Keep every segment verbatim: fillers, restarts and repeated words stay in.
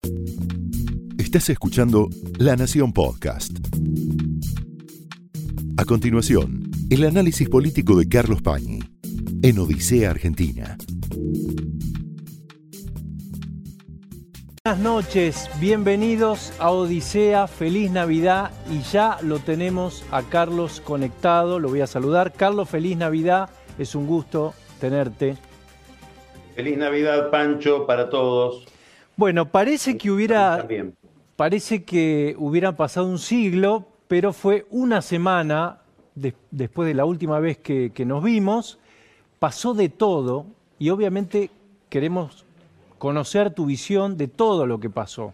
Estás escuchando La Nación Podcast. A continuación, el análisis político de Carlos Pañi en Odisea Argentina. Buenas noches, bienvenidos a Odisea, feliz Navidad y ya lo tenemos a Carlos conectado, lo voy a saludar. Carlos, feliz Navidad, es un gusto tenerte. Feliz Navidad, Pancho, para todos. Bueno, parece que hubiera, parece que hubiera pasado un siglo, pero fue una semana de, después de la última vez que, que nos vimos, pasó de todo y obviamente queremos conocer tu visión de todo lo que pasó.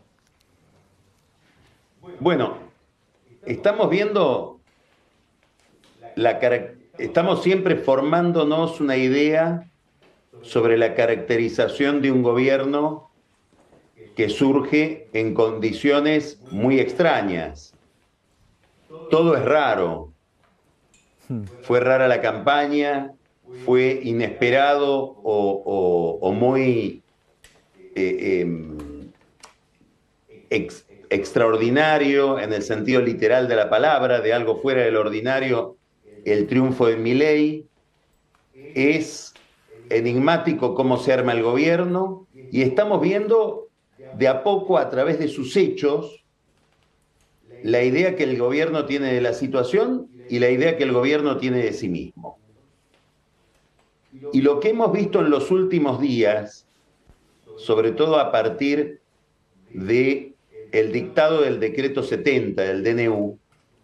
Bueno, estamos viendo, la, estamos siempre formándonos una idea sobre la caracterización de un gobierno que surge en condiciones muy extrañas. Todo es raro. Fue rara la campaña, fue inesperado o, o, o muy eh, eh, ex, extraordinario en el sentido literal de la palabra, de algo fuera del ordinario, el triunfo de Milei. Es enigmático cómo se arma el gobierno y estamos viendo de a poco a través de sus hechos la idea que el gobierno tiene de la situación y la idea que el gobierno tiene de sí mismo. Y lo que hemos visto en los últimos días, sobre todo a partir del dictado del decreto setenta del D N U,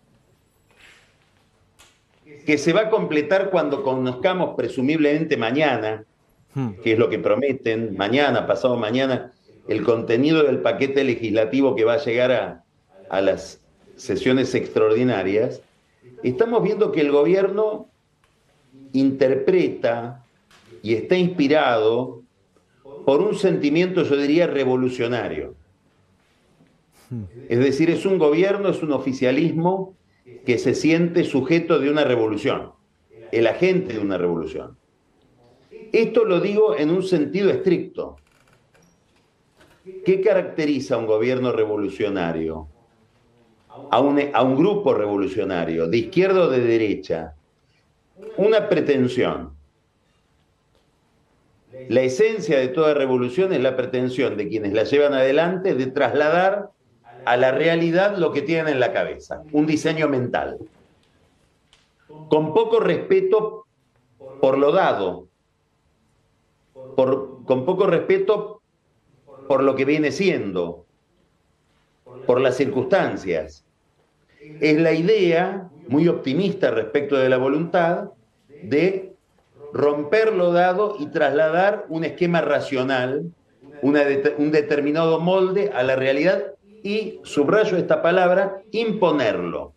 que se va a completar cuando conozcamos presumiblemente mañana, que es lo que prometen, mañana, pasado mañana, el contenido del paquete legislativo que va a llegar a, a las sesiones extraordinarias, estamos viendo que el gobierno interpreta y está inspirado por un sentimiento, yo diría, revolucionario. Es decir, es un gobierno, es un oficialismo que se siente sujeto de una revolución, el agente de una revolución. Esto lo digo en un sentido estricto. ¿Qué caracteriza a un gobierno revolucionario? A un, a un grupo revolucionario, de izquierda o de derecha. Una pretensión. La esencia de toda revolución es la pretensión de quienes la llevan adelante de trasladar a la realidad lo que tienen en la cabeza, un diseño mental. Con poco respeto por lo dado, por, con poco respeto por lo que viene siendo, por las circunstancias. Es la idea, muy optimista respecto de la voluntad, de romper lo dado y trasladar un esquema racional, una de, un determinado molde a la realidad y, subrayo esta palabra, imponerlo.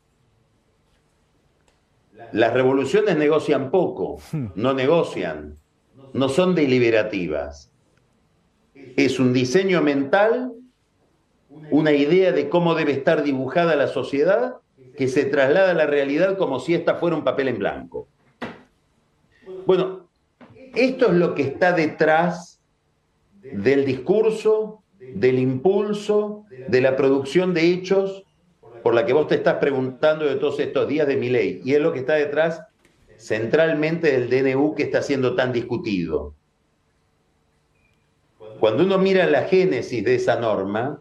Las revoluciones negocian poco, no negocian, no son deliberativas. Es un diseño mental, una idea de cómo debe estar dibujada la sociedad que se traslada a la realidad como si esta fuera un papel en blanco. Bueno, esto es lo que está detrás del discurso, del impulso, de la producción de hechos por la que vos te estás preguntando de todos estos días de Milei. Y es lo que está detrás centralmente del D N U que está siendo tan discutido. Cuando uno mira la génesis de esa norma,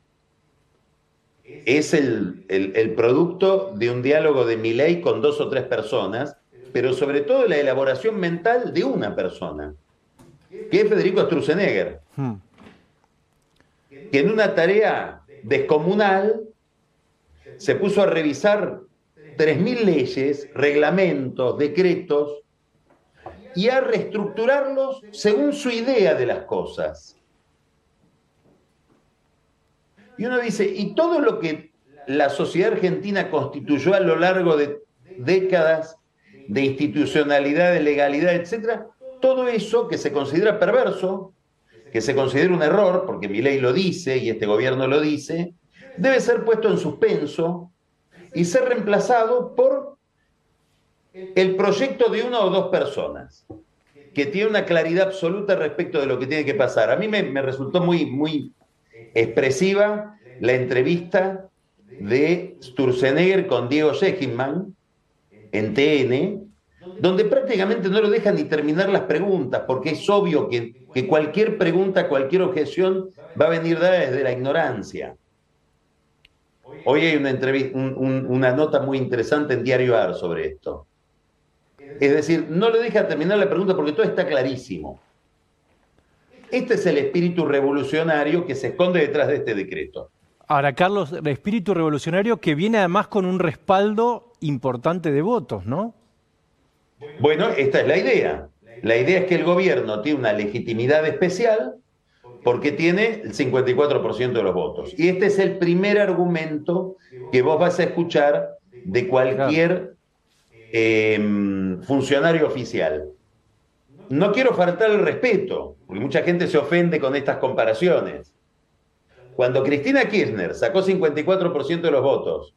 es el, el, el producto de un diálogo de Milei con dos o tres personas, pero sobre todo la elaboración mental de una persona, que es Federico Sturzenegger, hmm. que en una tarea descomunal se puso a revisar tres mil leyes, reglamentos, decretos, y a reestructurarlos según su idea de las cosas. Y uno dice, ¿y todo lo que la sociedad argentina constituyó a lo largo de décadas de institucionalidad, de legalidad, etcétera, todo eso que se considera perverso, que se considera un error, porque Milei lo dice y este gobierno lo dice, debe ser puesto en suspenso y ser reemplazado por el proyecto de una o dos personas que tiene una claridad absoluta respecto de lo que tiene que pasar. A mí me, me resultó muy, muy expresiva la entrevista de Sturzenegger con Diego Schlesinger en T N, donde prácticamente no lo dejan ni terminar las preguntas, porque es obvio que, que cualquier pregunta, cualquier objeción va a venir dada desde la ignorancia. Hoy hay una, entrevista, un, un, una nota muy interesante en Diario A R sobre esto. Es decir, no le deja terminar la pregunta porque todo está clarísimo. Este es el espíritu revolucionario que se esconde detrás de este decreto. Ahora, Carlos, el espíritu revolucionario que viene además con un respaldo importante de votos, ¿no? Bueno, esta es la idea. La idea es que el gobierno tiene una legitimidad especial porque tiene el cincuenta y cuatro por ciento de los votos. Y este es el primer argumento que vos vas a escuchar de cualquier eh, funcionario oficial. No quiero faltar el respeto, porque mucha gente se ofende con estas comparaciones. Cuando Cristina Kirchner sacó cincuenta y cuatro por ciento de los votos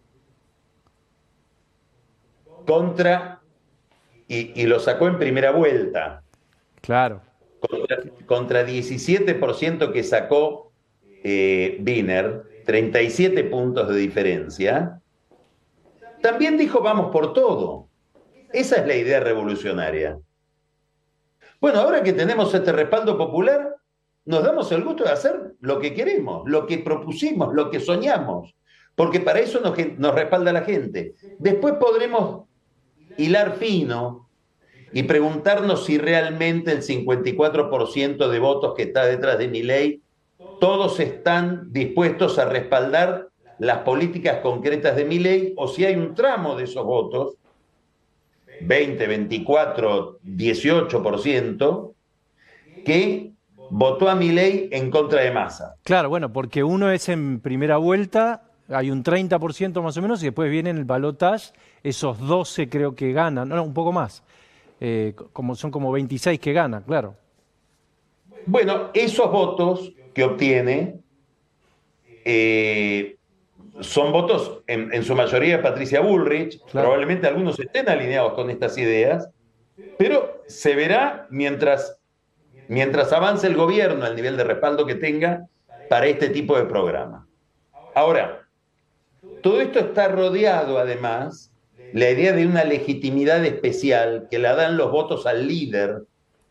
contra, y, y lo sacó en primera vuelta, claro, contra, contra diecisiete por ciento que sacó eh, Wiener, treinta y siete puntos de diferencia, también dijo vamos por todo. Esa es la idea revolucionaria. Bueno, ahora que tenemos este respaldo popular, nos damos el gusto de hacer lo que queremos, lo que propusimos, lo que soñamos, porque para eso nos, nos respalda la gente. Después podremos hilar fino y preguntarnos si realmente el cincuenta y cuatro por ciento de votos que está detrás de Milei, todos están dispuestos a respaldar las políticas concretas de Milei, o si hay un tramo de esos votos, veinte, veinticuatro, dieciocho por ciento, que votó a Milei en contra de Massa. Claro, bueno, porque uno es en primera vuelta, hay un treinta por ciento más o menos, y después viene en el balotaje, esos doce creo que ganan, no, un poco más, eh, como, son como veintiséis que ganan, claro. Bueno, esos votos que obtiene eh, son votos en, en su mayoría de Patricia Bullrich, claro. Probablemente algunos estén alineados con estas ideas, pero se verá mientras, mientras avance el gobierno al nivel de respaldo que tenga para este tipo de programa. Ahora, todo esto está rodeado además la idea de una legitimidad especial que la dan los votos al líder.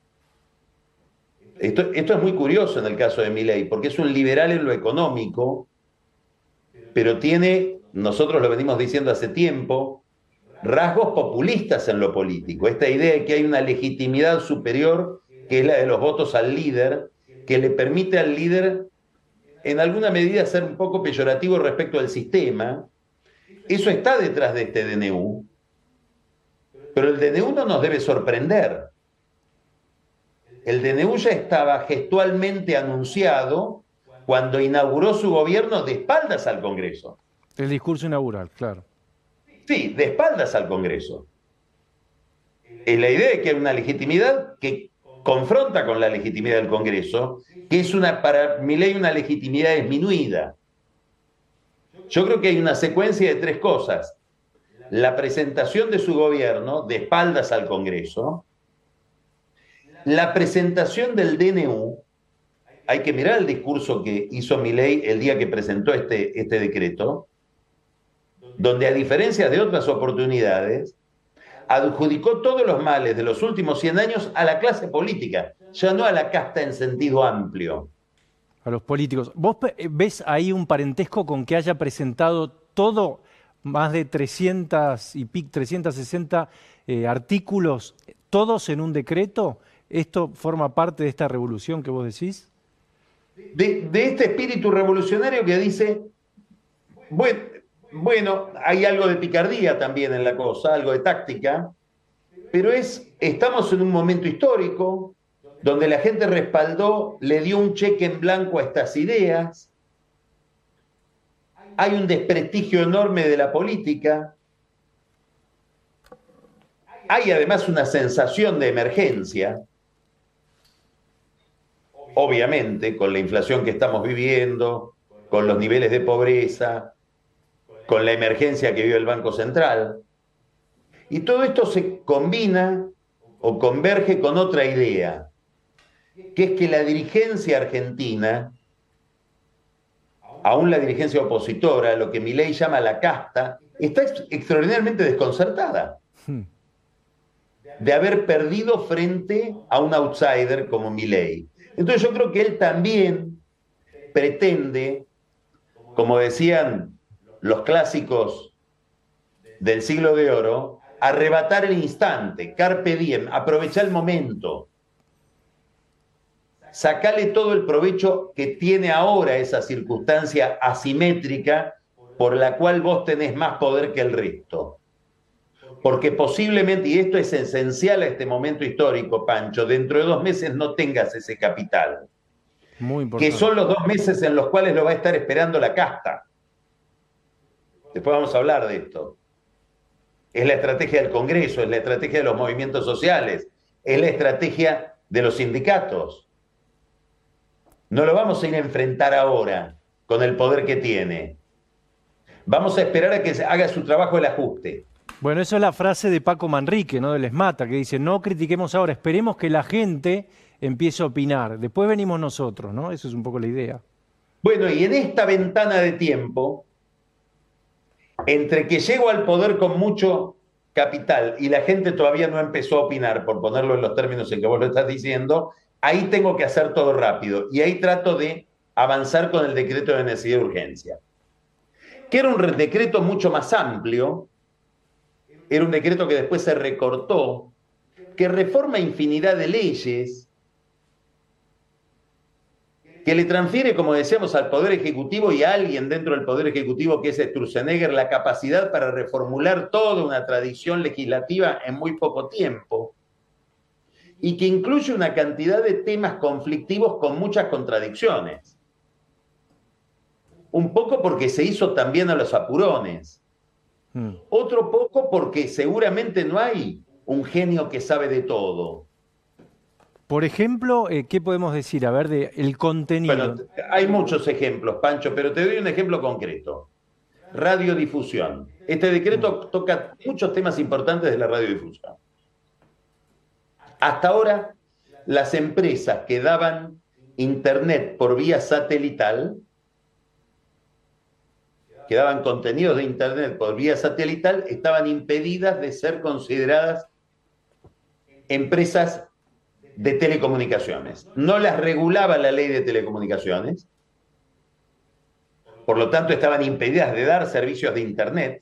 Esto, esto es muy curioso en el caso de Milei, porque es un liberal en lo económico, pero tiene, nosotros lo venimos diciendo hace tiempo, rasgos populistas en lo político. Esta idea de que hay una legitimidad superior, que es la de los votos al líder, que le permite al líder, en alguna medida, ser un poco peyorativo respecto al sistema. Eso está detrás de este D N U, pero el D N U no nos debe sorprender. El D N U ya estaba gestualmente anunciado cuando inauguró su gobierno de espaldas al Congreso. El discurso inaugural, claro. Sí, de espaldas al Congreso. Es la idea de que hay una legitimidad que confronta con la legitimidad del Congreso, que es una, para Milei una legitimidad disminuida. Yo creo que hay una secuencia de tres cosas. La presentación de su gobierno de espaldas al Congreso, la presentación del D N U. Hay que mirar el discurso que hizo Milei el día que presentó este, este decreto, donde a diferencia de otras oportunidades, adjudicó todos los males de los últimos cien años a la clase política, ya no a la casta en sentido amplio. A los políticos. ¿Vos ves ahí un parentesco con que haya presentado todo, más de trescientos y pic, trescientos sesenta eh, artículos, todos en un decreto? ¿Esto forma parte de esta revolución que vos decís? De, de este espíritu revolucionario que dice, bueno, bueno, hay algo de picardía también en la cosa, algo de táctica, pero es, estamos en un momento histórico donde la gente respaldó, le dio un cheque en blanco a estas ideas, hay un desprestigio enorme de la política, hay además una sensación de emergencia. Obviamente, con la inflación que estamos viviendo, con los niveles de pobreza, con la emergencia que vive el Banco Central. Y todo esto se combina o converge con otra idea, que es que la dirigencia argentina aún la dirigencia opositora, lo que Milei llama la casta, está ex extraordinariamente desconcertada de haber perdido frente a un outsider como Milei. Entonces yo creo que él también pretende, como decían los clásicos del siglo de oro, arrebatar el instante, carpe diem, aprovechar el momento, sacarle todo el provecho que tiene ahora esa circunstancia asimétrica por la cual vos tenés más poder que el resto. Porque posiblemente, y esto es esencial a este momento histórico, Pancho, dentro de dos meses no tengas ese capital. Muy importante. Que son los dos meses en los cuales lo va a estar esperando la casta. Después vamos a hablar de esto. Es la estrategia del Congreso, es la estrategia de los movimientos sociales, es la estrategia de los sindicatos. No lo vamos a ir a enfrentar ahora con el poder que tiene. Vamos a esperar a que haga su trabajo el ajuste. Bueno, eso es la frase de Paco Manrique, ¿no? Del ESMATA, que dice, no critiquemos ahora, esperemos que la gente empiece a opinar. Después venimos nosotros, ¿no? Eso es un poco la idea. Bueno, y en esta ventana de tiempo, entre que llego al poder con mucho capital y la gente todavía no empezó a opinar, por ponerlo en los términos en que vos lo estás diciendo, ahí tengo que hacer todo rápido. Y ahí trato de avanzar con el decreto de necesidad de urgencia, que era un decreto mucho más amplio, era un decreto que después se recortó, que reforma infinidad de leyes, que le transfiere, como decíamos, al Poder Ejecutivo y a alguien dentro del Poder Ejecutivo, que es Sturzenegger, la capacidad para reformular toda una tradición legislativa en muy poco tiempo, y que incluye una cantidad de temas conflictivos con muchas contradicciones. Un poco porque se hizo también a los apurones. Mm. Otro poco porque seguramente no hay un genio que sabe de todo. Por ejemplo, eh, ¿qué podemos decir? A ver, de el contenido. Bueno, hay muchos ejemplos, Pancho, pero te doy un ejemplo concreto. Radiodifusión. Este decreto mm. toca muchos temas importantes de la radiodifusión. Hasta ahora, las empresas que daban internet por vía satelital, que daban contenidos de internet por vía satelital, estaban impedidas de ser consideradas empresas de telecomunicaciones. No las regulaba la ley de telecomunicaciones, por lo tanto estaban impedidas de dar servicios de internet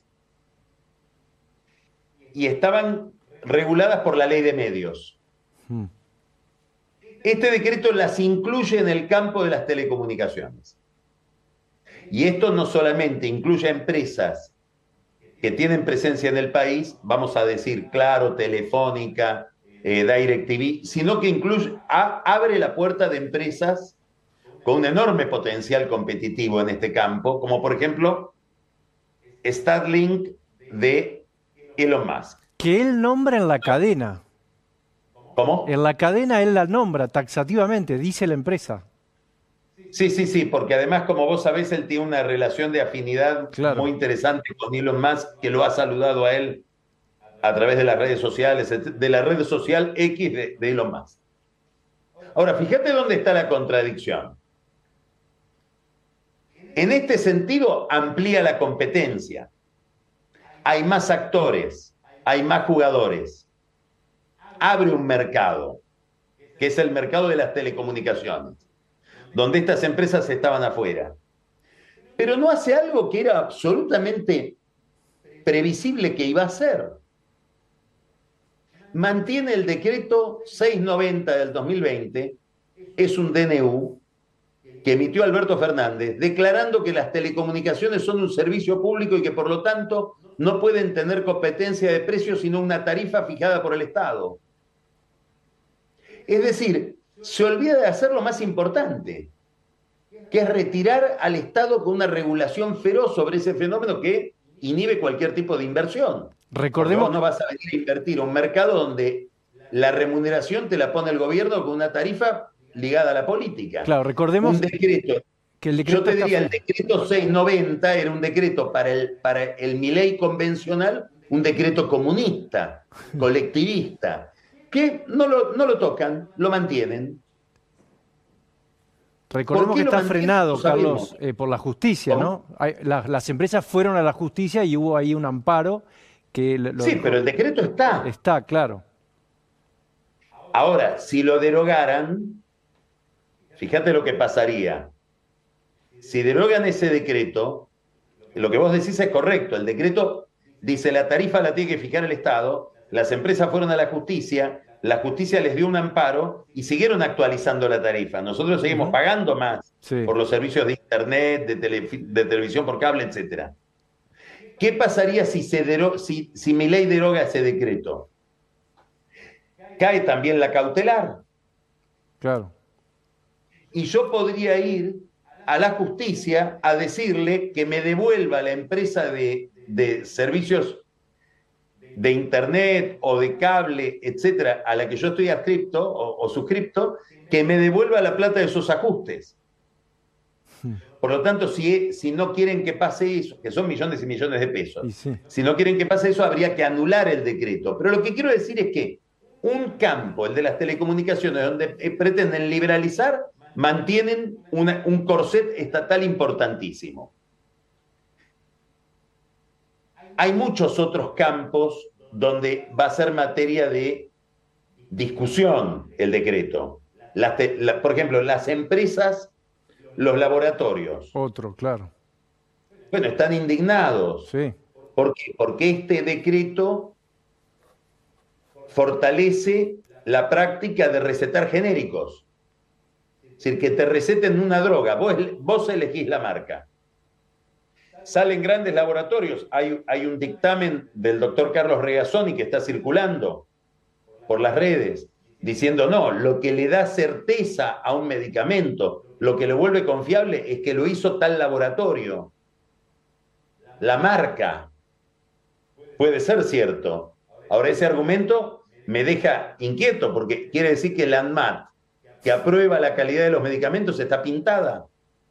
y estaban reguladas por la ley de medios. Hmm. Este decreto las incluye en el campo de las telecomunicaciones. Y esto no solamente incluye a empresas que tienen presencia en el país, vamos a decir Claro, Telefónica, eh, DirecTV, sino que incluye, a, abre la puerta de empresas con un enorme potencial competitivo en este campo, como por ejemplo Starlink de Elon Musk. Que él nombra en la cadena. ¿Cómo? En la cadena él la nombra taxativamente, dice la empresa. Sí, sí, sí, porque además, como vos sabés, él tiene una relación de afinidad claro. muy interesante con Elon Musk, que lo ha saludado a él a través de las redes sociales, de la red social X de, de Elon Musk. Ahora, fíjate dónde está la contradicción. En este sentido, amplía la competencia. Hay más actores, hay más jugadores. Abre un mercado, que es el mercado de las telecomunicaciones, donde estas empresas estaban afuera. Pero no hace algo que era absolutamente previsible que iba a hacer. Mantiene el decreto seiscientos noventa del dos mil veinte, es un D N U que emitió Alberto Fernández, declarando que las telecomunicaciones son un servicio público y que por lo tanto no pueden tener competencia de precios sino una tarifa fijada por el Estado. Es decir, se olvida de hacer lo más importante, que es retirar al Estado con una regulación feroz sobre ese fenómeno que inhibe cualquier tipo de inversión. Recordemos. Porque vos no vas a venir a invertir a un mercado donde la remuneración te la pone el gobierno con una tarifa ligada a la política. Claro, recordemos un decreto. Que el decreto yo te diría, está... el decreto seiscientos noventa era un decreto para el, para el Milei convencional, un decreto comunista, colectivista, que no lo, no lo tocan, lo mantienen. Recordemos que está frenado, Carlos, eh, por la justicia, ¿no? Hay, la, las empresas fueron a la justicia y hubo ahí un amparo que... Lo, sí, pero el decreto está. Está, claro. Ahora, si lo derogaran, fíjate lo que pasaría. Si derogan ese decreto, lo que vos decís es correcto. El decreto dice la tarifa la tiene que fijar el Estado, las empresas fueron a la justicia, la justicia les dio un amparo y siguieron actualizando la tarifa. Nosotros seguimos uh-huh. pagando más sí. por los servicios de internet, de, tele, de televisión por cable, etcétera. ¿Qué pasaría si, se dero, si, si mi ley deroga ese decreto? Cae también la cautelar. Claro. Y yo podría ir a la justicia a decirle que me devuelva la empresa de, de servicios de internet o de cable, etcétera, a la que yo estoy adscripto o, o suscripto, que me devuelva la plata de esos ajustes. Por lo tanto, si, si no quieren que pase eso, que son millones y millones de pesos, sí. si no quieren que pase eso, habría que anular el decreto. Pero lo que quiero decir es que un campo, el de las telecomunicaciones, donde pretenden liberalizar, mantienen una, un corset estatal importantísimo. Hay muchos otros campos donde va a ser materia de discusión el decreto. Las te, la, por ejemplo, las empresas, los laboratorios. Otro, claro. Bueno, están indignados. Sí. ¿Por qué? Porque este decreto fortalece la práctica de recetar genéricos. Es decir, que te receten una droga, vos, vos elegís la marca. Salen grandes laboratorios. Hay, hay un dictamen del doctor Carlos Regazzoni que está circulando por las redes, diciendo, no, lo que le da certeza a un medicamento, lo que lo vuelve confiable es que lo hizo tal laboratorio. La marca. Puede ser cierto. Ahora, ese argumento me deja inquieto, porque quiere decir que la ANMAT, que aprueba la calidad de los medicamentos, está pintada.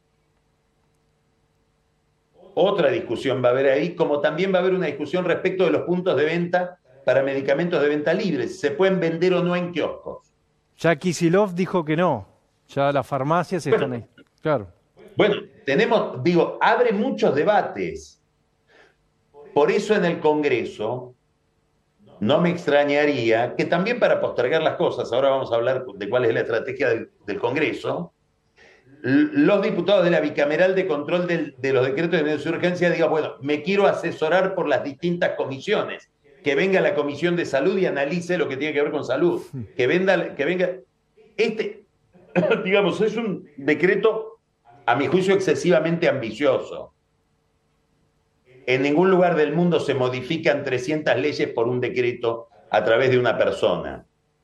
Otra discusión va a haber ahí, como también va a haber una discusión respecto de los puntos de venta para medicamentos de venta libre, si se pueden vender o no en kioscos. Ya Kicillof dijo que no, ya las farmacias bueno, están ahí. Claro. Bueno, tenemos, digo, abre muchos debates. Por eso en el Congreso no me extrañaría que también para postergar las cosas, ahora vamos a hablar de cuál es la estrategia del, del Congreso, los diputados de la bicameral de control del, de los decretos de necesidad de urgencia digan, bueno, me quiero asesorar por las distintas comisiones, que venga la Comisión de Salud y analice lo que tiene que ver con salud, que, venda, que venga... Este, digamos, es un decreto, a mi juicio, excesivamente ambicioso. En ningún lugar del mundo se modifican trescientas leyes por un decreto a través de una persona.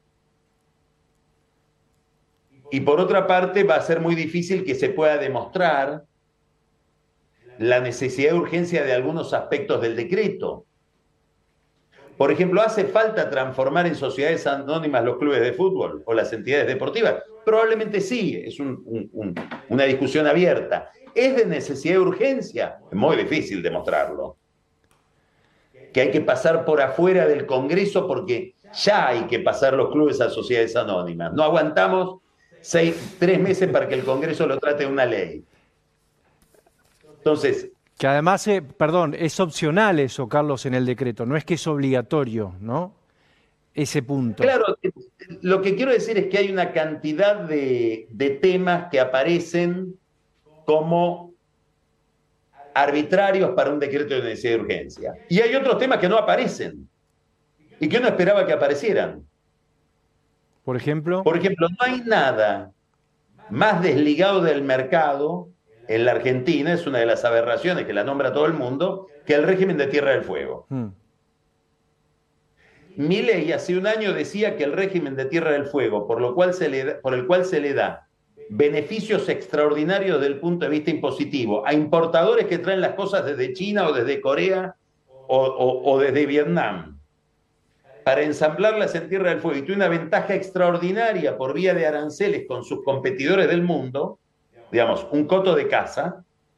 Y por otra parte, va a ser muy difícil que se pueda demostrar la necesidad de urgencia de algunos aspectos del decreto. Por ejemplo, ¿hace falta transformar en sociedades anónimas los clubes de fútbol o las entidades deportivas? Probablemente sí, es un, un, un, una discusión abierta. ¿Es de necesidad de urgencia? Es muy difícil demostrarlo. Que hay que pasar por afuera del Congreso porque ya hay que pasar los clubes a sociedades anónimas. No aguantamos seis, tres meses para que el Congreso lo trate de una ley. Entonces... Que además, eh, perdón, es opcional eso, Carlos, en el decreto. No es que es obligatorio, ¿no? Ese punto. Claro, lo que quiero decir es que hay una cantidad de, de temas que aparecen como arbitrarios para un decreto de necesidad de urgencia. Y hay otros temas que no aparecen y que uno esperaba que aparecieran. Por ejemplo. Por ejemplo, no hay nada más desligado del mercado en la Argentina, es una de las aberraciones que la nombra todo el mundo, que el régimen de Tierra del Fuego. Hmm. Milei hace un año decía que el régimen de Tierra del Fuego, por, lo cual se le da, por el cual se le da beneficios extraordinarios desde el punto de vista impositivo a importadores que traen las cosas desde China o desde Corea o, o, o desde Vietnam, para ensamblarlas en Tierra del Fuego, y tiene una ventaja extraordinaria por vía de aranceles con sus competidores del mundo, digamos, un coto de caza.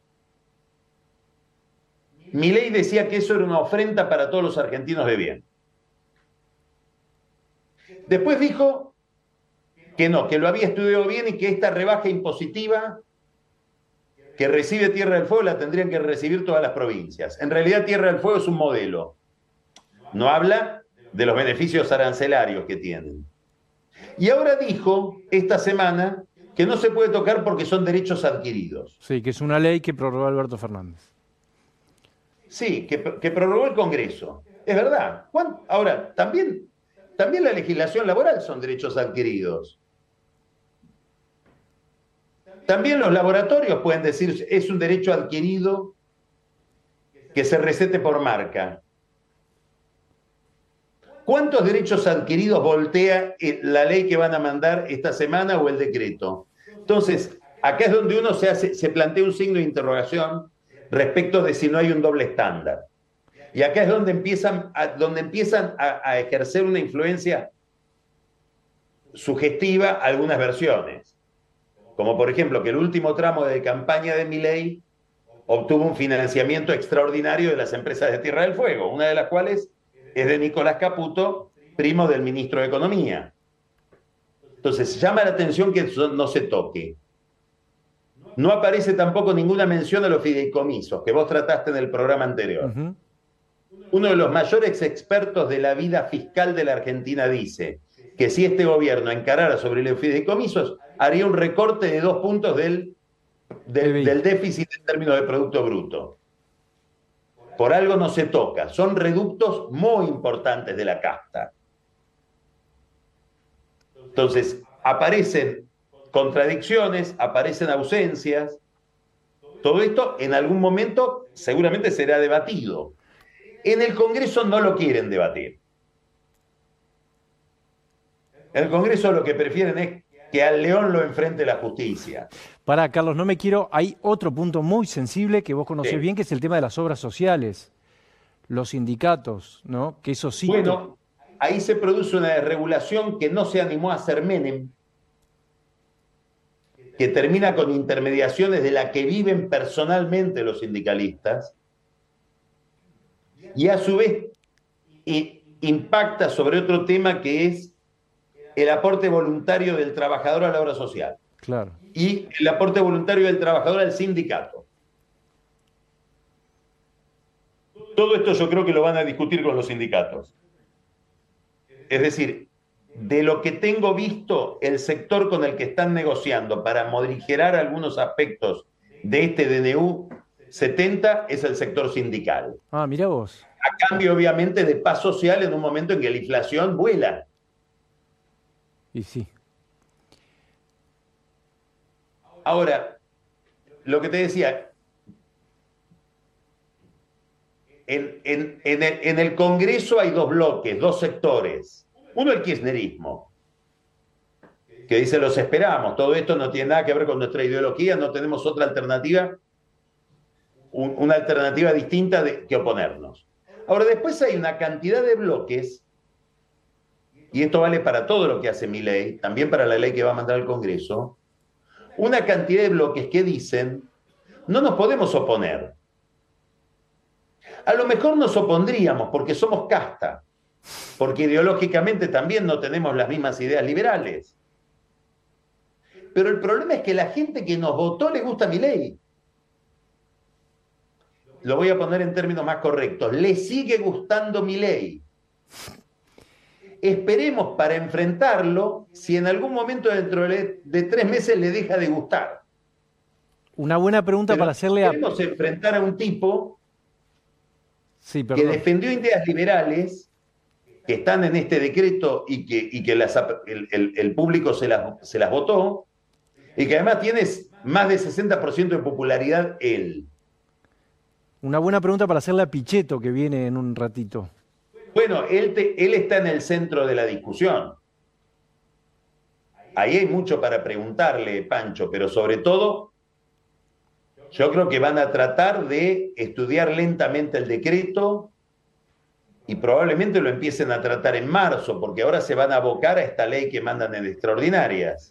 Milei decía que eso era una ofrenda para todos los argentinos de bien. Después dijo que no, que lo había estudiado bien y que esta rebaja impositiva que recibe Tierra del Fuego la tendrían que recibir todas las provincias. En realidad Tierra del Fuego es un modelo. No habla de los beneficios arancelarios que tienen. Y ahora dijo, esta semana, que no se puede tocar porque son derechos adquiridos. Sí, que es una ley que prorrogó Alberto Fernández. Sí, que, que prorrogó el Congreso. Es verdad. Ahora, también, también la legislación laboral son derechos adquiridos. También los laboratorios pueden decir, es un derecho adquirido que se recete por marca. ¿Cuántos derechos adquiridos voltea la ley que van a mandar esta semana o el decreto? Entonces, acá es donde uno se, hace, se plantea un signo de interrogación respecto de si no hay un doble estándar. Y acá es donde empiezan a, donde empiezan a, a ejercer una influencia sugestiva algunas versiones. Como por ejemplo que el último tramo de campaña de Milei obtuvo un financiamiento extraordinario de las empresas de Tierra del Fuego, una de las cuales es de Nicolás Caputo, primo del ministro de Economía. Entonces, llama la atención que eso no se toque. No aparece tampoco ninguna mención a los fideicomisos, que vos trataste en el programa anterior. Uh-huh. Uno de los mayores expertos de la vida fiscal de la Argentina dice que si este gobierno encarara sobre los fideicomisos, haría un recorte de dos puntos del, del, del déficit en términos de Producto Bruto. Por algo no se toca. Son reductos muy importantes de la casta. Entonces, aparecen contradicciones, aparecen ausencias. Todo esto en algún momento seguramente será debatido. En el Congreso no lo quieren debatir. En el Congreso lo que prefieren es que al león lo enfrente la justicia. Pará, Carlos, no me quiero... Hay otro punto muy sensible que vos conocés sí. bien, que es el tema de las obras sociales. Los sindicatos, ¿no? Que eso sí... Bueno, ahí se produce una desregulación que no se animó a hacer Menem, que termina con intermediaciones de la que viven personalmente los sindicalistas, y a su vez impacta sobre otro tema que es el aporte voluntario del trabajador a la obra social. Claro. Y el aporte voluntario del trabajador al sindicato. Todo esto yo creo que lo van a discutir con los sindicatos. Es decir, de lo que tengo visto, el sector con el que están negociando para morigerar algunos aspectos de este D N U setenta es el sector sindical. Ah, mirá vos. A cambio, obviamente, de paz social en un momento en que la inflación vuela. Y sí. Ahora, lo que te decía, en, en, en, el, en el Congreso hay dos bloques, dos sectores. Uno, el kirchnerismo, que dice, los esperamos, todo esto no tiene nada que ver con nuestra ideología, no tenemos otra alternativa, un, una alternativa distinta de, que oponernos. Ahora, después hay una cantidad de bloques, y esto vale para todo lo que hace Milei, también para la ley que va a mandar al Congreso, una cantidad de bloques que dicen, no nos podemos oponer. A lo mejor nos opondríamos porque somos casta, porque ideológicamente también no tenemos las mismas ideas liberales. Pero el problema es que la gente que nos votó le gusta Milei. Lo voy a poner en términos más correctos. Le sigue gustando Milei. Esperemos para enfrentarlo si en algún momento dentro de, de tres meses le deja de gustar. Una buena pregunta Pero para hacerle a... Queremos enfrentar a un tipo sí, que defendió ideas liberales que están en este decreto y que, y que las, el, el, el público se las, se las votó y que además tiene más de sesenta por ciento de popularidad él. Una buena pregunta para hacerle a Pichetto, que viene en un ratito. Bueno, él, te, él está en el centro de la discusión. Ahí hay mucho para preguntarle, Pancho, pero sobre todo, yo creo que van a tratar de estudiar lentamente el decreto y probablemente lo empiecen a tratar en marzo, porque ahora se van a abocar a esta ley que mandan en extraordinarias.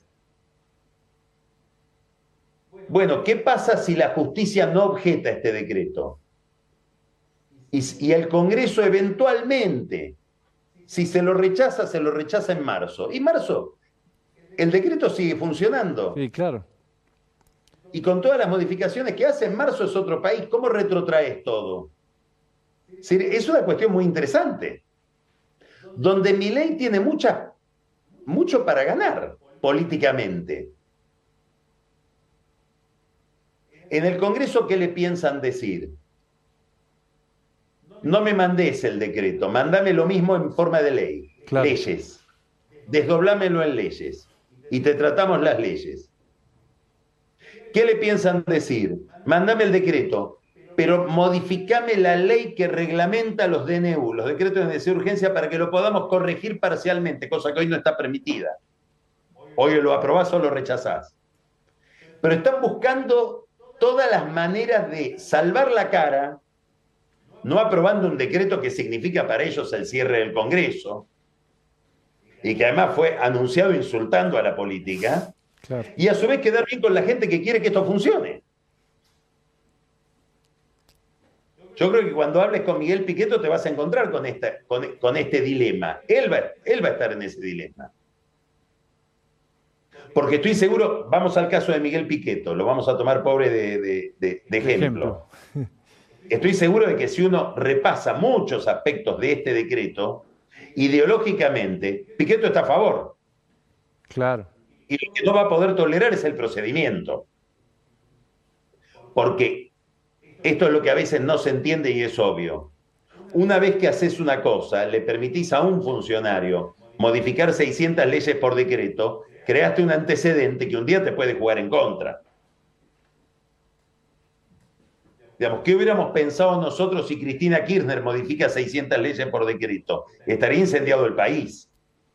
Bueno, ¿qué pasa si la justicia no objeta este decreto? Y, y el Congreso eventualmente, si se lo rechaza, se lo rechaza en marzo. Y marzo el decreto sigue funcionando. Sí, claro. Y con todas las modificaciones que hace, en marzo es otro país. ¿Cómo retrotraes todo? Es decir, es una cuestión muy interesante, donde Milei tiene mucha, mucho para ganar políticamente. En el Congreso, ¿qué le piensan decir? No me mandes el decreto, mandame lo mismo en forma de ley, claro. Leyes. Desdoblámelo en leyes y te tratamos las leyes. ¿Qué le piensan decir? Mándame el decreto, pero modificame la ley que reglamenta los D N U, los decretos de necesidad de urgencia, para que lo podamos corregir parcialmente, cosa que hoy no está permitida. Hoy lo aprobás o lo rechazás. Pero están buscando todas las maneras de salvar la cara, no aprobando un decreto que significa para ellos el cierre del Congreso, y que además fue anunciado insultando a la política, claro. Y a su vez quedar bien con la gente que quiere que esto funcione. Yo creo que cuando hables con Miguel Pichetto te vas a encontrar con, esta, con, con este dilema. Él va, él va a estar en ese dilema. Porque estoy seguro, vamos al caso de Miguel Pichetto, lo vamos a tomar pobre de, de, de, de ejemplo. ejemplo. Estoy seguro de que si uno repasa muchos aspectos de este decreto, ideológicamente, Pichetto está a favor. Claro. Y lo que no va a poder tolerar es el procedimiento. Porque esto es lo que a veces no se entiende y es obvio. Una vez que haces una cosa, le permitís a un funcionario modificar seiscientas leyes por decreto, creaste un antecedente que un día te puede jugar en contra. Digamos, ¿qué hubiéramos pensado nosotros si Cristina Kirchner modifica seiscientas leyes por decreto? Estaría incendiado el país.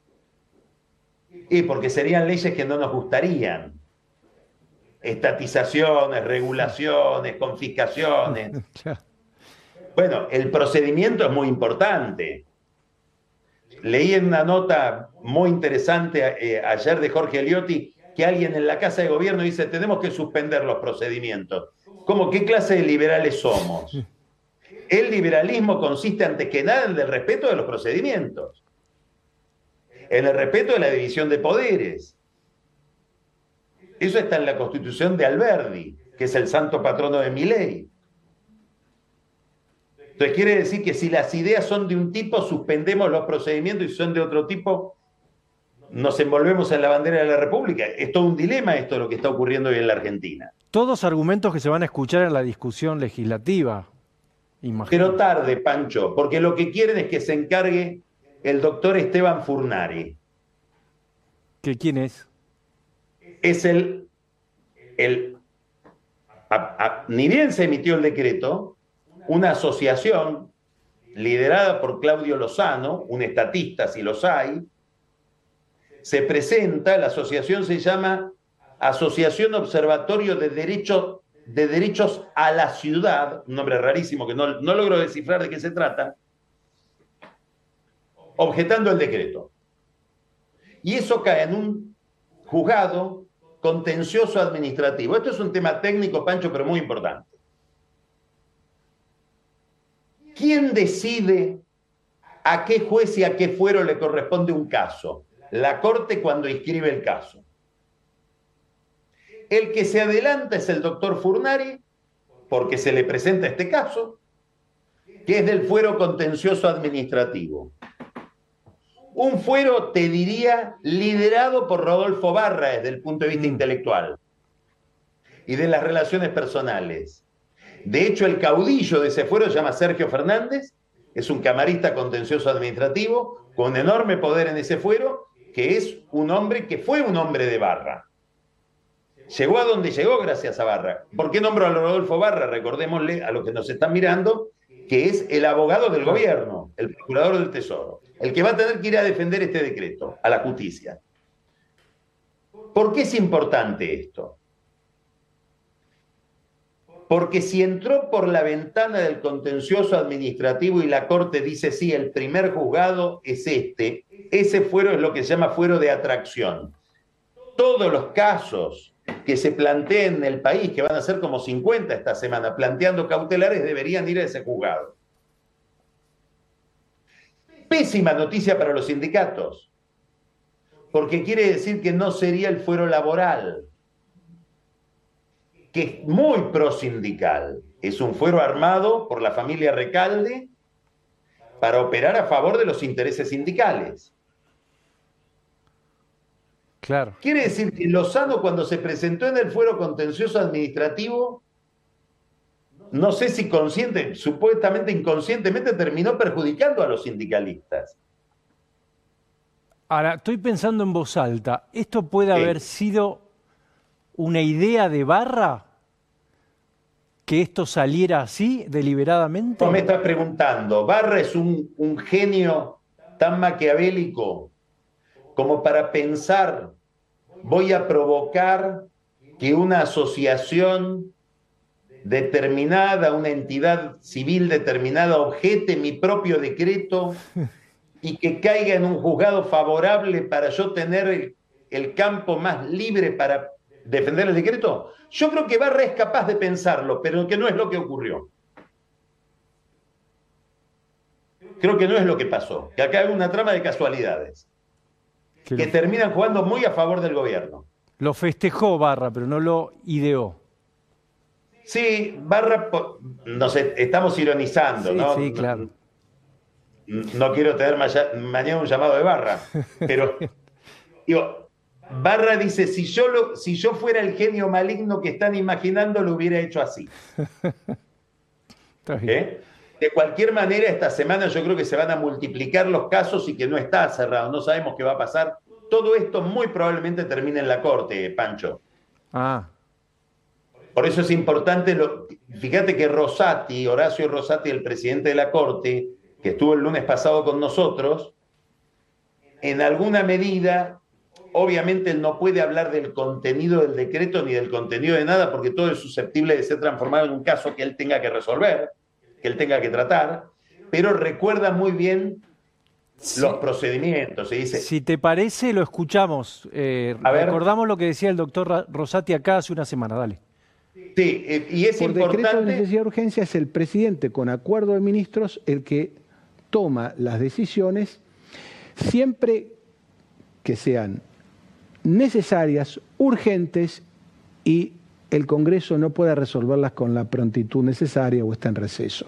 Y porque serían leyes que no nos gustarían. Estatizaciones, regulaciones, confiscaciones. Bueno, el procedimiento es muy importante. Leí en una nota muy interesante eh, ayer de Jorge Eliotti que alguien en la Casa de Gobierno dice: tenemos que suspender los procedimientos. ¿Cómo? ¿Qué clase de liberales somos? El liberalismo consiste antes que nada en el respeto de los procedimientos, en el respeto de la división de poderes. Eso está en la Constitución de Alberdi, que es el santo patrono de Milei. Entonces quiere decir que si las ideas son de un tipo, suspendemos los procedimientos, y si son de otro tipo, nos envolvemos en la bandera de la República. Es todo un dilema esto de lo que está ocurriendo hoy en la Argentina. Todos argumentos que se van a escuchar en la discusión legislativa, imagino. Pero tarde, Pancho, porque lo que quieren es que se encargue el doctor Esteban Furnari. ¿Que quién es? Es el... el a, a, ni bien se emitió el decreto, una asociación liderada por Claudio Lozano, un estatista si los hay, se presenta, la asociación se llama Asociación Observatorio de Derecho, de Derechos a la Ciudad, un nombre rarísimo que no, no logro descifrar de qué se trata, objetando el decreto. Y eso cae en un juzgado contencioso administrativo. Esto es un tema técnico, Pancho, pero muy importante. ¿Quién decide a qué juez y a qué fuero le corresponde un caso? La Corte cuando inscribe el caso. El que se adelanta es el doctor Furnari, porque se le presenta este caso, que es del fuero contencioso administrativo. Un fuero, te diría, liderado por Rodolfo Barra desde el punto de vista mm. intelectual y de las relaciones personales. De hecho, el caudillo de ese fuero se llama Sergio Fernández, es un camarista contencioso administrativo con enorme poder en ese fuero, que es un hombre que fue un hombre de Barra. Llegó a donde llegó gracias a Barra. ¿Por qué nombro a Rodolfo Barra? Recordémosle a los que nos están mirando que es el abogado del gobierno, el procurador del Tesoro, el que va a tener que ir a defender este decreto a la justicia. ¿Por qué es importante esto? Porque si entró por la ventana del contencioso administrativo y la Corte dice sí, el primer juzgado es este, ese fuero es lo que se llama fuero de atracción. Todos los casos que se planteen en el país, que van a ser como cincuenta esta semana, planteando cautelares, deberían ir a ese juzgado. Pésima noticia para los sindicatos, porque quiere decir que no sería el fuero laboral, que es muy prosindical. Es un fuero armado por la familia Recalde para operar a favor de los intereses sindicales. Claro. Quiere decir que Lozano, cuando se presentó en el fuero contencioso administrativo, no sé si consciente, supuestamente inconscientemente, terminó perjudicando a los sindicalistas. Ahora, estoy pensando en voz alta. ¿Esto puede haber Sí. sido una idea de Barra? ¿Que esto saliera así, deliberadamente? No me estás preguntando, ¿Barra es un, un genio tan maquiavélico como para pensar, voy a provocar que una asociación determinada, una entidad civil determinada, objete mi propio decreto y que caiga en un juzgado favorable para yo tener el, el campo más libre para defender el decreto? Yo creo que Barra es capaz de pensarlo, pero que no es lo que ocurrió. Creo que no es lo que pasó, que acá hay una trama de casualidades Que que lo, terminan jugando muy a favor del gobierno. lo festejó Barra, pero no lo ideó. Sí, Barra, no sé, estamos ironizando, Sí, ¿no? sí, claro. No, no quiero tener maya, mañana un llamado de Barra, pero digo, Barra dice, si yo, lo, si yo fuera el genio maligno que están imaginando, lo hubiera hecho así. Está bien. ¿Eh? De cualquier manera, esta semana yo creo que se van a multiplicar los casos y que no está cerrado, no sabemos qué va a pasar. Todo esto muy probablemente termine en la corte, Pancho. Ah, Por eso es importante, lo, fíjate que Rosati, Horacio Rosati, el presidente de la corte, que estuvo el lunes pasado con nosotros, en alguna medida, obviamente él no puede hablar del contenido del decreto ni del contenido de nada, porque todo es susceptible de ser transformado en un caso que él tenga que resolver, que él tenga que tratar, pero recuerda muy bien sí. los procedimientos. Y dice, Si te parece, lo escuchamos. Eh, A ver. recordamos lo que decía el doctor Rosati acá hace una semana. Dale. sí, eh, y es Por decreto de importante... necesidad de urgencia es el presidente, con acuerdo de ministros, el que toma las decisiones siempre que sean necesarias, urgentes y el Congreso no pueda resolverlas con la prontitud necesaria o está en receso.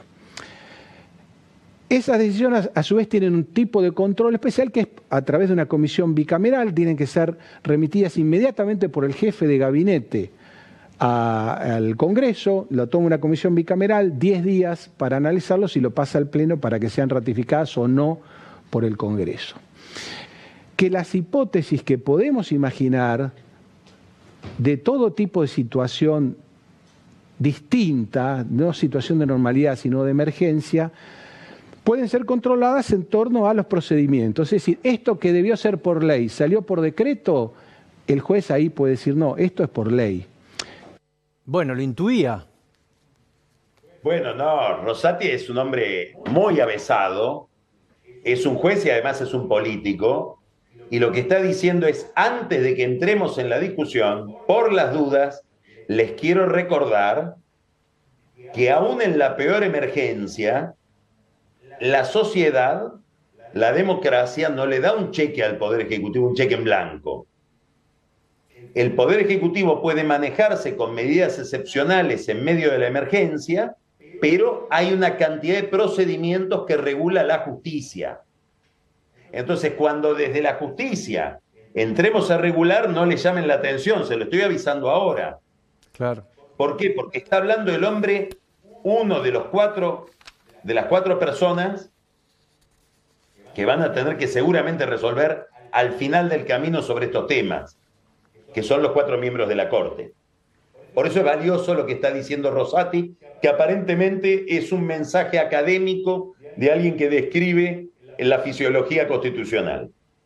Esas decisiones a su vez tienen un tipo de control especial que es a través de una comisión bicameral, tienen que ser remitidas inmediatamente por el jefe de gabinete a, al Congreso, lo toma una comisión bicameral, diez días para analizarlos y lo pasa al Pleno para que sean ratificadas o no por el Congreso. Que las hipótesis que podemos imaginar de todo tipo de situación distinta, no situación de normalidad, sino de emergencia, pueden ser controladas en torno a los procedimientos. Es decir, esto que debió ser por ley, salió por decreto, el juez ahí puede decir, no, esto es por ley. Bueno, lo intuía. Bueno, no, Rosati es un hombre muy avesado, es un juez y además es un político, y lo que está diciendo es, antes de que entremos en la discusión, por las dudas, les quiero recordar que aún en la peor emergencia, la sociedad, la democracia, no le da un cheque al Poder Ejecutivo, un cheque en blanco. El Poder Ejecutivo puede manejarse con medidas excepcionales en medio de la emergencia, pero hay una cantidad de procedimientos que regula la justicia. Entonces, cuando desde la justicia entremos a regular, no le llamen la atención, se lo estoy avisando ahora. Claro. ¿Por qué? Porque está hablando el hombre, uno de los cuatro, de las cuatro personas que van a tener que seguramente resolver al final del camino sobre estos temas, que son los cuatro miembros de la Corte. Por eso es valioso lo que está diciendo Rosati, que aparentemente es un mensaje académico de alguien que describe la fisiología constitucional.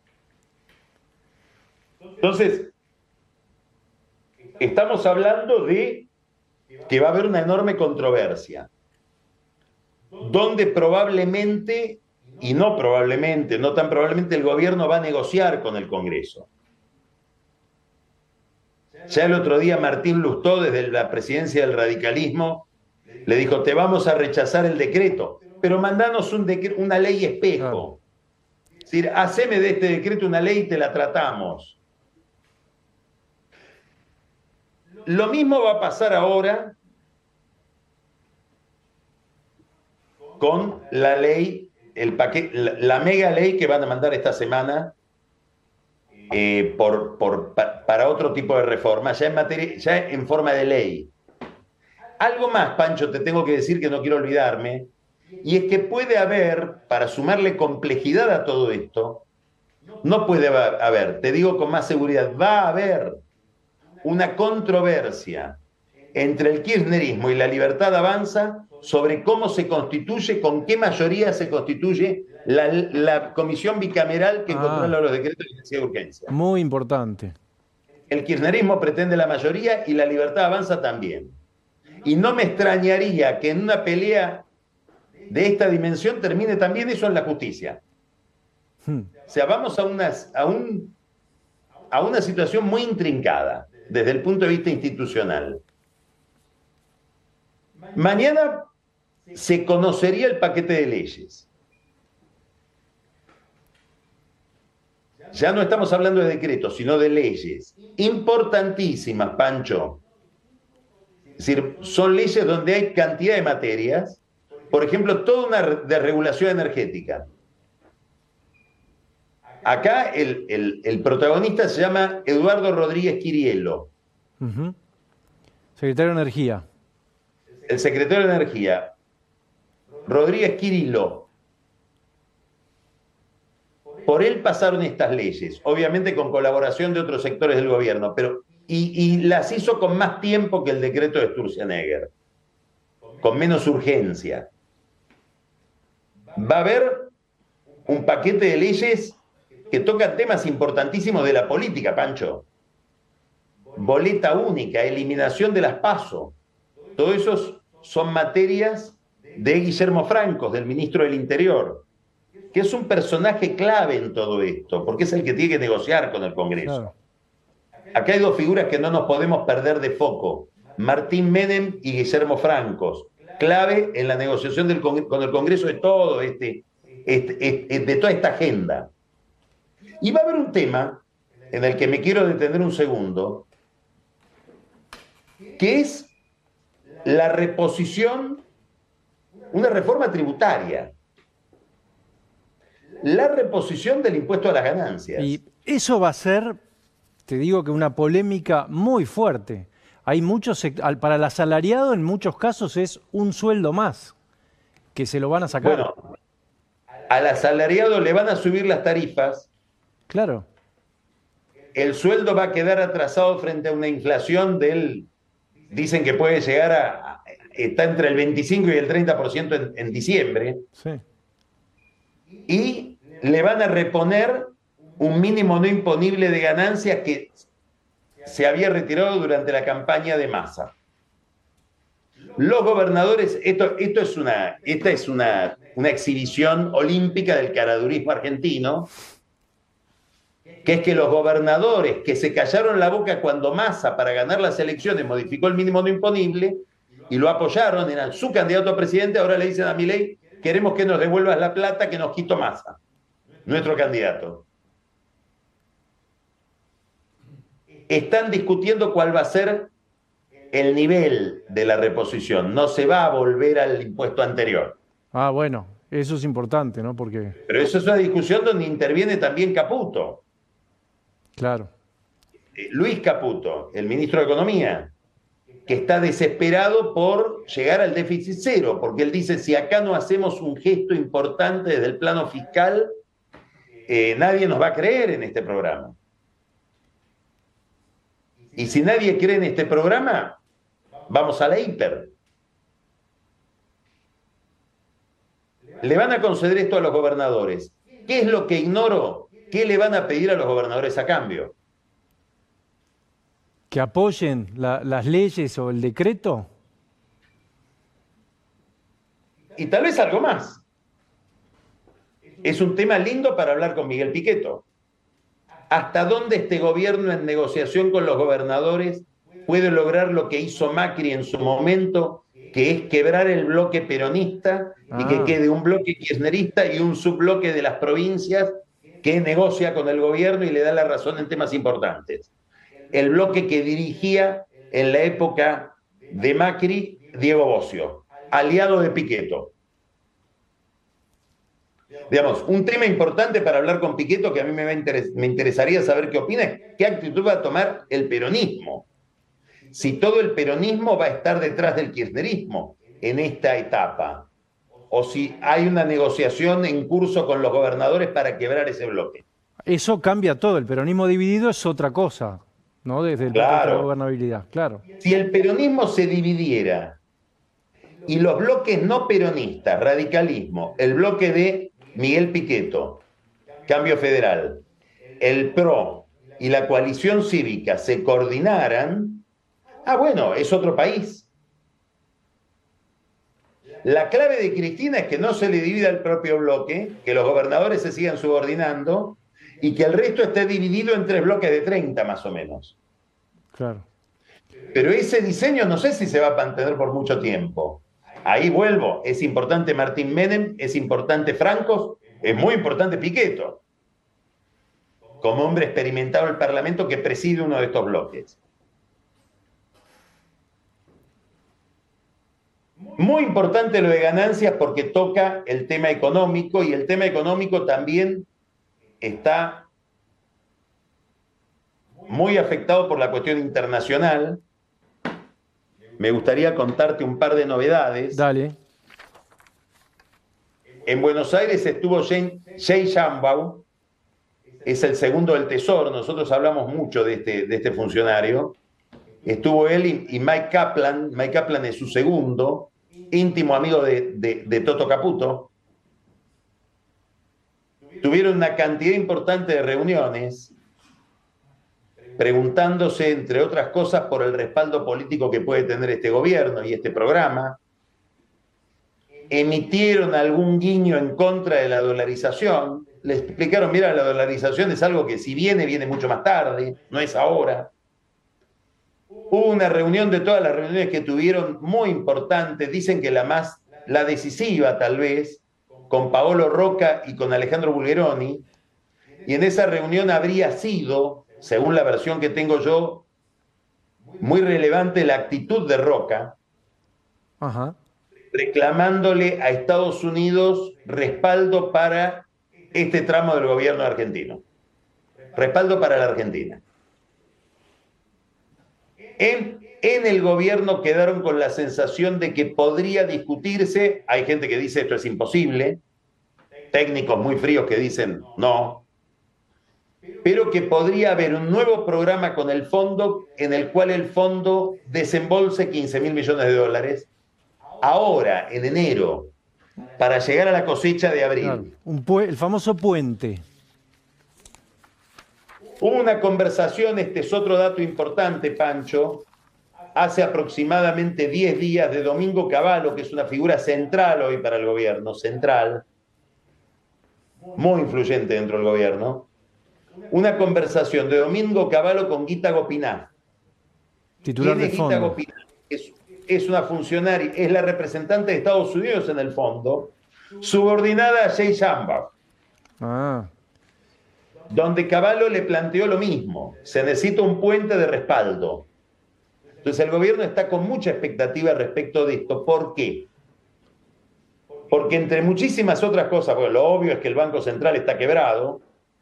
Entonces, estamos hablando de que va a haber una enorme controversia, donde probablemente, y no probablemente, no tan probablemente, el gobierno va a negociar con el Congreso. Ya el otro día Martín Lustó, desde la presidencia del radicalismo, le dijo, te vamos a rechazar el decreto, pero mandanos un decre- una ley espejo. Es decir, haceme de este decreto una ley y te la tratamos. Lo mismo va a pasar ahora con la ley, el paquete, la, la mega ley que van a mandar esta semana eh, por, por, pa, para otro tipo de reforma, ya en, materia, ya en forma de ley. Algo más, Pancho, te tengo que decir que no quiero olvidarme, y es que puede haber, para sumarle complejidad a todo esto, no puede haber, te digo con más seguridad, va a haber una controversia entre el kirchnerismo y la Libertad Avanza sobre cómo se constituye, con qué mayoría se constituye la, la comisión bicameral que ah, controla los decretos de necesidad de urgencia. Muy importante. El kirchnerismo pretende la mayoría y la Libertad Avanza también. Y no me extrañaría que en una pelea de esta dimensión termine también eso en la justicia. Hmm. O sea, vamos a una, a, un, a una situación muy intrincada desde el punto de vista institucional. Mañana se conocería el paquete de leyes. Ya no estamos hablando de decretos, sino de leyes importantísimas, Pancho. Es decir, son leyes donde hay cantidad de materias, por ejemplo, toda una de regulación energética. Acá el, el, el protagonista se llama Eduardo Rodríguez Quirielo. Uh-huh. Secretario de Energía. El secretario de Energía, Rodríguez Quirilo. Por él pasaron estas leyes, obviamente con colaboración de otros sectores del gobierno, pero y, y las hizo con más tiempo que el decreto de Sturzenegger, con menos urgencia. Va a haber un paquete de leyes que tocan temas importantísimos de la política, Pancho. Boleta única, eliminación de las PASO. Todo eso son materias de Guillermo Francos, del ministro del Interior, que es un personaje clave en todo esto, porque es el que tiene que negociar con el Congreso. Claro. Acá hay dos figuras que no nos podemos perder de foco, Martín Menem y Guillermo Francos, clave en la negociación del con, con el Congreso de todo este, este, este, de toda esta agenda. Y va a haber un tema en el que me quiero detener un segundo, que es la reposición, una reforma tributaria, la reposición del impuesto a las ganancias. Y eso va a ser, te digo que una polémica muy fuerte. Hay muchos, para el asalariado en muchos casos es un sueldo más que se lo van a sacar. Bueno, al asalariado le van a subir las tarifas. Claro. El sueldo va a quedar atrasado frente a una inflación del, dicen que puede llegar a, está entre el veinticinco y el treinta por ciento en, en diciembre. Sí. Y le van a reponer un mínimo no imponible de ganancias que se había retirado durante la campaña de Massa. Los gobernadores, esto, esto es, una, esta es una, una exhibición olímpica del caradurismo argentino, que es que los gobernadores que se callaron la boca cuando Massa, para ganar las elecciones, modificó el mínimo no imponible y lo apoyaron, eran su candidato a presidente, ahora le dicen a Milei, queremos que nos devuelvas la plata que nos quitó Massa, nuestro candidato. Están discutiendo cuál va a ser el nivel de la reposición. No se va a volver al impuesto anterior. Ah, bueno, eso es importante, ¿no? Porque... Pero eso es una discusión donde interviene también Caputo. Claro. Luis Caputo, el ministro de Economía, que está desesperado por llegar al déficit cero, porque él dice, si acá no hacemos un gesto importante desde el plano fiscal, eh, nadie nos va a creer en este programa. Y si nadie cree en este programa, vamos a la hiper. Le van a conceder esto a los gobernadores. ¿Qué es lo que ignoro? ¿Qué le van a pedir a los gobernadores a cambio? ¿Que apoyen la, las leyes o el decreto? Y tal vez algo más. Es un tema lindo para hablar con Miguel Pichetto. ¿Hasta dónde este gobierno en negociación con los gobernadores puede lograr lo que hizo Macri en su momento, que es quebrar el bloque peronista ah. y que quede un bloque kirchnerista y un subbloque de las provincias que negocia con el gobierno y le da la razón en temas importantes. El bloque que dirigía en la época de Macri, Diego Bossio, aliado de Pichetto. Digamos, un tema importante para hablar con Pichetto que a mí me, va a interes- me interesaría saber qué opina, es qué actitud va a tomar el peronismo. Si todo el peronismo va a estar detrás del kirchnerismo en esta etapa, o si hay una negociación en curso con los gobernadores para quebrar ese bloque. Eso cambia todo. El peronismo dividido es otra cosa, ¿no? Desde el punto de vista de la gobernabilidad, claro. Si el peronismo se dividiera y los bloques no peronistas, radicalismo, el bloque de Miguel Pichetto, Cambio Federal, el P R O y la coalición cívica se coordinaran, ah, bueno, es otro país. La clave de Cristina es que no se le divida el propio bloque, que los gobernadores se sigan subordinando y que el resto esté dividido en tres bloques de treinta más o menos. Claro. Pero ese diseño no sé si se va a mantener por mucho tiempo. Ahí vuelvo, es importante Martín Menem, es importante Franco, es muy importante Pichetto, como hombre experimentado del Parlamento que preside uno de estos bloques. Muy importante lo de ganancias porque toca el tema económico y el tema económico también está muy afectado por la cuestión internacional. Me gustaría contarte un par de novedades. Dale. En Buenos Aires estuvo Jay Shambaugh, es el segundo del Tesoro, nosotros hablamos mucho de este, de este funcionario. Estuvo él y, y Mike Kaplan, Mike Kaplan es su segundo, íntimo amigo de, de, de Toto Caputo. Tuvieron una cantidad importante de reuniones, preguntándose, entre otras cosas, por el respaldo político que puede tener este gobierno y este programa. Emitieron algún guiño en contra de la dolarización. Les explicaron, mira, la dolarización es algo que si viene, viene mucho más tarde, no es ahora. Hubo una reunión de todas las reuniones que tuvieron muy importante, dicen que la más, la decisiva tal vez, con Paolo Rocca y con Alejandro Bulgeroni, y en esa reunión habría sido, según la versión que tengo yo, muy relevante la actitud de Rocca, Ajá. reclamándole a Estados Unidos respaldo para este tramo del gobierno argentino. Respaldo para la Argentina. En, en el gobierno quedaron con la sensación de que podría discutirse, hay gente que dice esto es imposible, técnicos muy fríos que dicen no, pero que podría haber un nuevo programa con el fondo en el cual el fondo desembolse quince mil millones de dólares ahora, en enero, para llegar a la cosecha de abril. Claro. Un pu- el famoso puente. Hubo una conversación, este es otro dato importante, Pancho, hace aproximadamente diez días de Domingo Cavallo, que es una figura central hoy para el gobierno, central, muy influyente dentro del gobierno, una conversación de Domingo Cavallo con Guita Gopiná. Titular de Guita fondo. Gopiná? Es, es una funcionaria, es la representante de Estados Unidos en el fondo, subordinada a Jay Shambaugh. Ah. Donde Cavallo le planteó lo mismo, se necesita un puente de respaldo. Entonces el gobierno está con mucha expectativa respecto de esto. ¿Por qué? Porque entre muchísimas otras cosas, bueno, lo obvio es que el Banco Central está quebrado,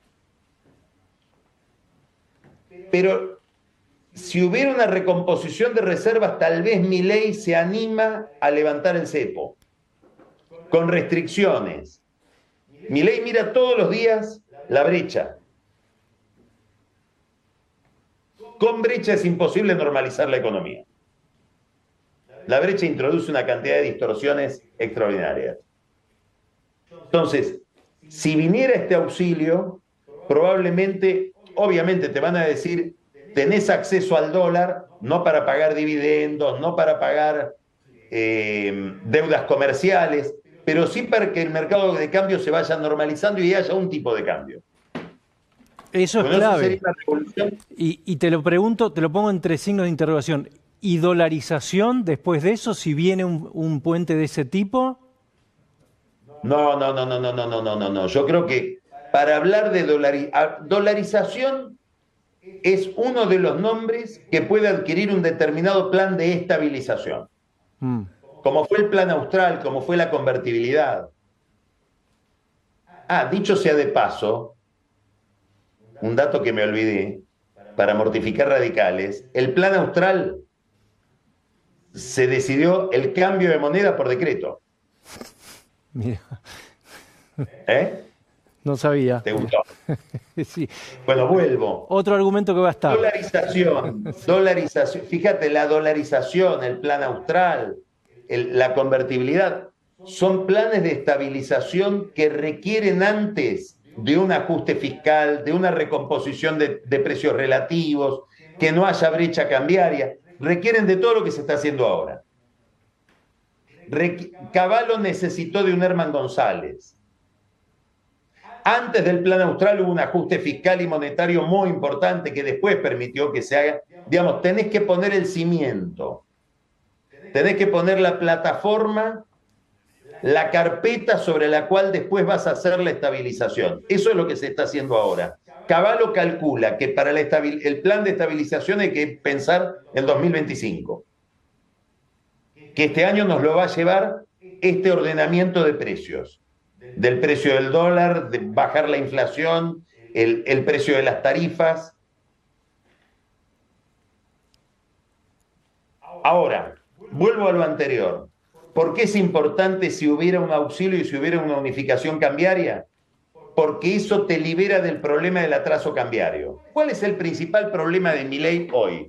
pero si hubiera una recomposición de reservas, tal vez Milei se anima a levantar el cepo, con restricciones. Milei mira todos los días la brecha. Con brecha es imposible normalizar la economía. La brecha introduce una cantidad de distorsiones extraordinarias. Entonces, si viniera este auxilio, probablemente, obviamente te van a decir, tenés acceso al dólar, no para pagar dividendos, no para pagar eh, deudas comerciales, pero sí para que el mercado de cambio se vaya normalizando y haya un tipo de cambio. Eso es Bueno, clave. eso sería una revolución. Y, y te lo pregunto, te lo pongo entre signos de interrogación. ¿Y dolarización después de eso, si viene un, un puente de ese tipo? No, no, no, no, no, no, no, no, no, no. Yo creo que para hablar de dolari- dolarización. Es uno de los nombres que puede adquirir un determinado plan de estabilización, mm. como fue el plan austral, como fue la convertibilidad. Ah, dicho sea de paso, un dato que me olvidé, para mortificar radicales, el plan austral se decidió el cambio de moneda por decreto. Mira. ¿Eh? No sabía. ¿Te gustó? Sí. Bueno, vuelvo. Otro argumento que va a estar. Dolarización, dolarización. Fíjate, la dolarización, el plan austral, el, la convertibilidad, son planes de estabilización que requieren antes de un ajuste fiscal, de una recomposición de, de precios relativos, que no haya brecha cambiaria, requieren de todo lo que se está haciendo ahora. Requ- Cavallo necesitó de un Herman González. Antes del plan austral hubo un ajuste fiscal y monetario muy importante que después permitió que se haga. Digamos, tenés que poner el cimiento, tenés que poner la plataforma, la carpeta sobre la cual después vas a hacer la estabilización. Eso es lo que se está haciendo ahora. Cavallo calcula que para la estabil- el plan de estabilización hay que pensar en dos mil veinticinco. Que este año nos lo va a llevar este ordenamiento de precios. Del precio del dólar, de bajar la inflación, el, el precio de las tarifas. Ahora, vuelvo a lo anterior. ¿Por qué es importante si hubiera un auxilio y si hubiera una unificación cambiaria? Porque eso te libera del problema del atraso cambiario. ¿Cuál es el principal problema de Milei hoy?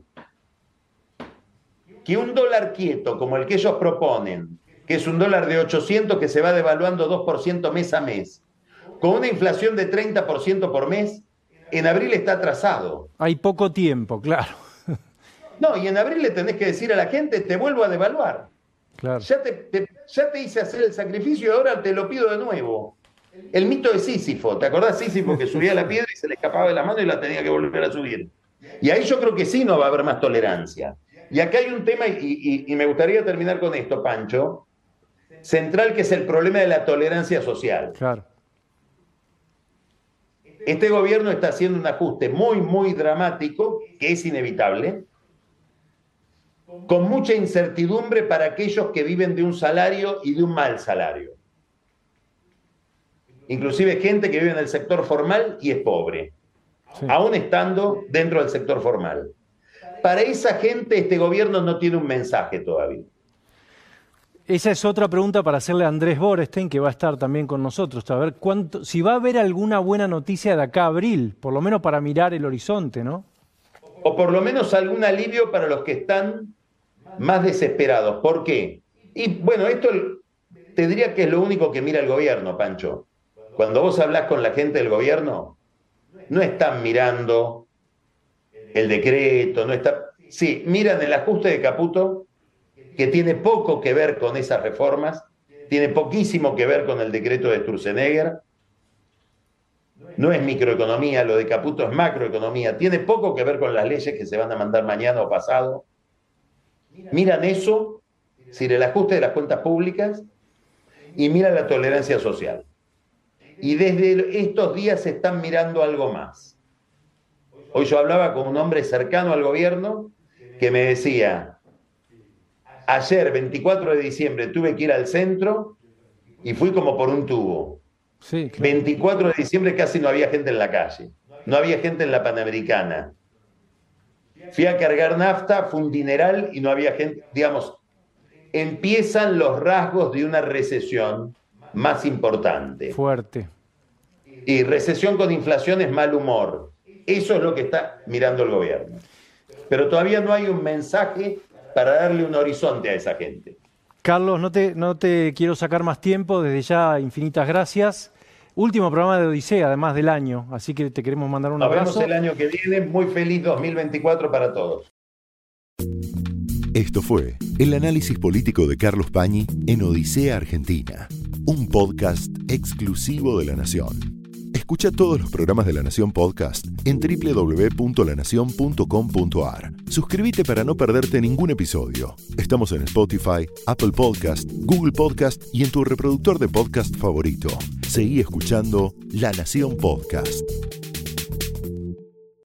Que un dólar quieto, como el que ellos proponen, que es un dólar de ochocientos que se va devaluando dos por ciento mes a mes, con una inflación de treinta por ciento por mes, en abril está atrasado. Hay poco tiempo, claro. No, y en abril le tenés que decir a la gente, te vuelvo a devaluar. Claro. Ya te, te, ya te hice hacer el sacrificio y ahora te lo pido de nuevo. El mito de Sísifo, ¿te acordás Sísifo que subía la piedra y se le escapaba de la mano y la tenía que volver a subir? Y ahí yo creo que sí no va a haber más tolerancia. Y acá hay un tema, y, y, y me gustaría terminar con esto, Pancho, central, que es el problema de la tolerancia social. Claro. Este gobierno está haciendo un ajuste muy, muy dramático, que es inevitable, con mucha incertidumbre para aquellos que viven de un salario y de un mal salario. Inclusive gente que vive en el sector formal y es pobre, sí, aún estando dentro del sector formal. Para esa gente este gobierno no tiene un mensaje todavía. Esa es otra pregunta para hacerle a Andrés Borestein, que va a estar también con nosotros, a ver cuánto, si va a haber alguna buena noticia de acá a abril, por lo menos para mirar el horizonte, ¿no? O por lo menos algún alivio para los que están más desesperados. ¿Por qué? Y bueno, esto te diría que es lo único que mira el gobierno, Pancho. Cuando vos hablás con la gente del gobierno, no están mirando el decreto, no está... Sí, miran el ajuste de Caputo, que tiene poco que ver con esas reformas, tiene poquísimo que ver con el decreto de Sturzenegger. No es microeconomía, lo de Caputo es macroeconomía, tiene poco que ver con las leyes que se van a mandar mañana o pasado. Miran eso, es decir, el ajuste de las cuentas públicas, y miran la tolerancia social. Y desde estos días se están mirando algo más. Hoy yo hablaba con un hombre cercano al gobierno que me decía, ayer, veinticuatro de diciembre, tuve que ir al centro y fui como por un tubo. Sí, claro. veinticuatro de diciembre casi no había gente en la calle, no había gente en la Panamericana. Fui a cargar nafta, fue un dineral y no había gente. Digamos, empiezan los rasgos de una recesión más importante. Fuerte. Y recesión con inflación es mal humor. Eso es lo que está mirando el gobierno. Pero todavía no hay un mensaje para darle un horizonte a esa gente. Carlos, no te, no te quiero sacar más tiempo, desde ya infinitas gracias. Último programa de Odisea, además del año, así que te queremos mandar un Nos abrazo. Nos vemos el año que viene, muy feliz dos mil veinticuatro para todos. Esto fue el análisis político de Carlos Pañi en Odisea Argentina, un podcast exclusivo de La Nación. Escucha todos los programas de La Nación Podcast en doble u doble u doble u punto la nación punto com punto a r. Suscríbete para no perderte ningún episodio. Estamos en Spotify, Apple Podcast, Google Podcast y en tu reproductor de podcast favorito. Seguí escuchando La Nación Podcast.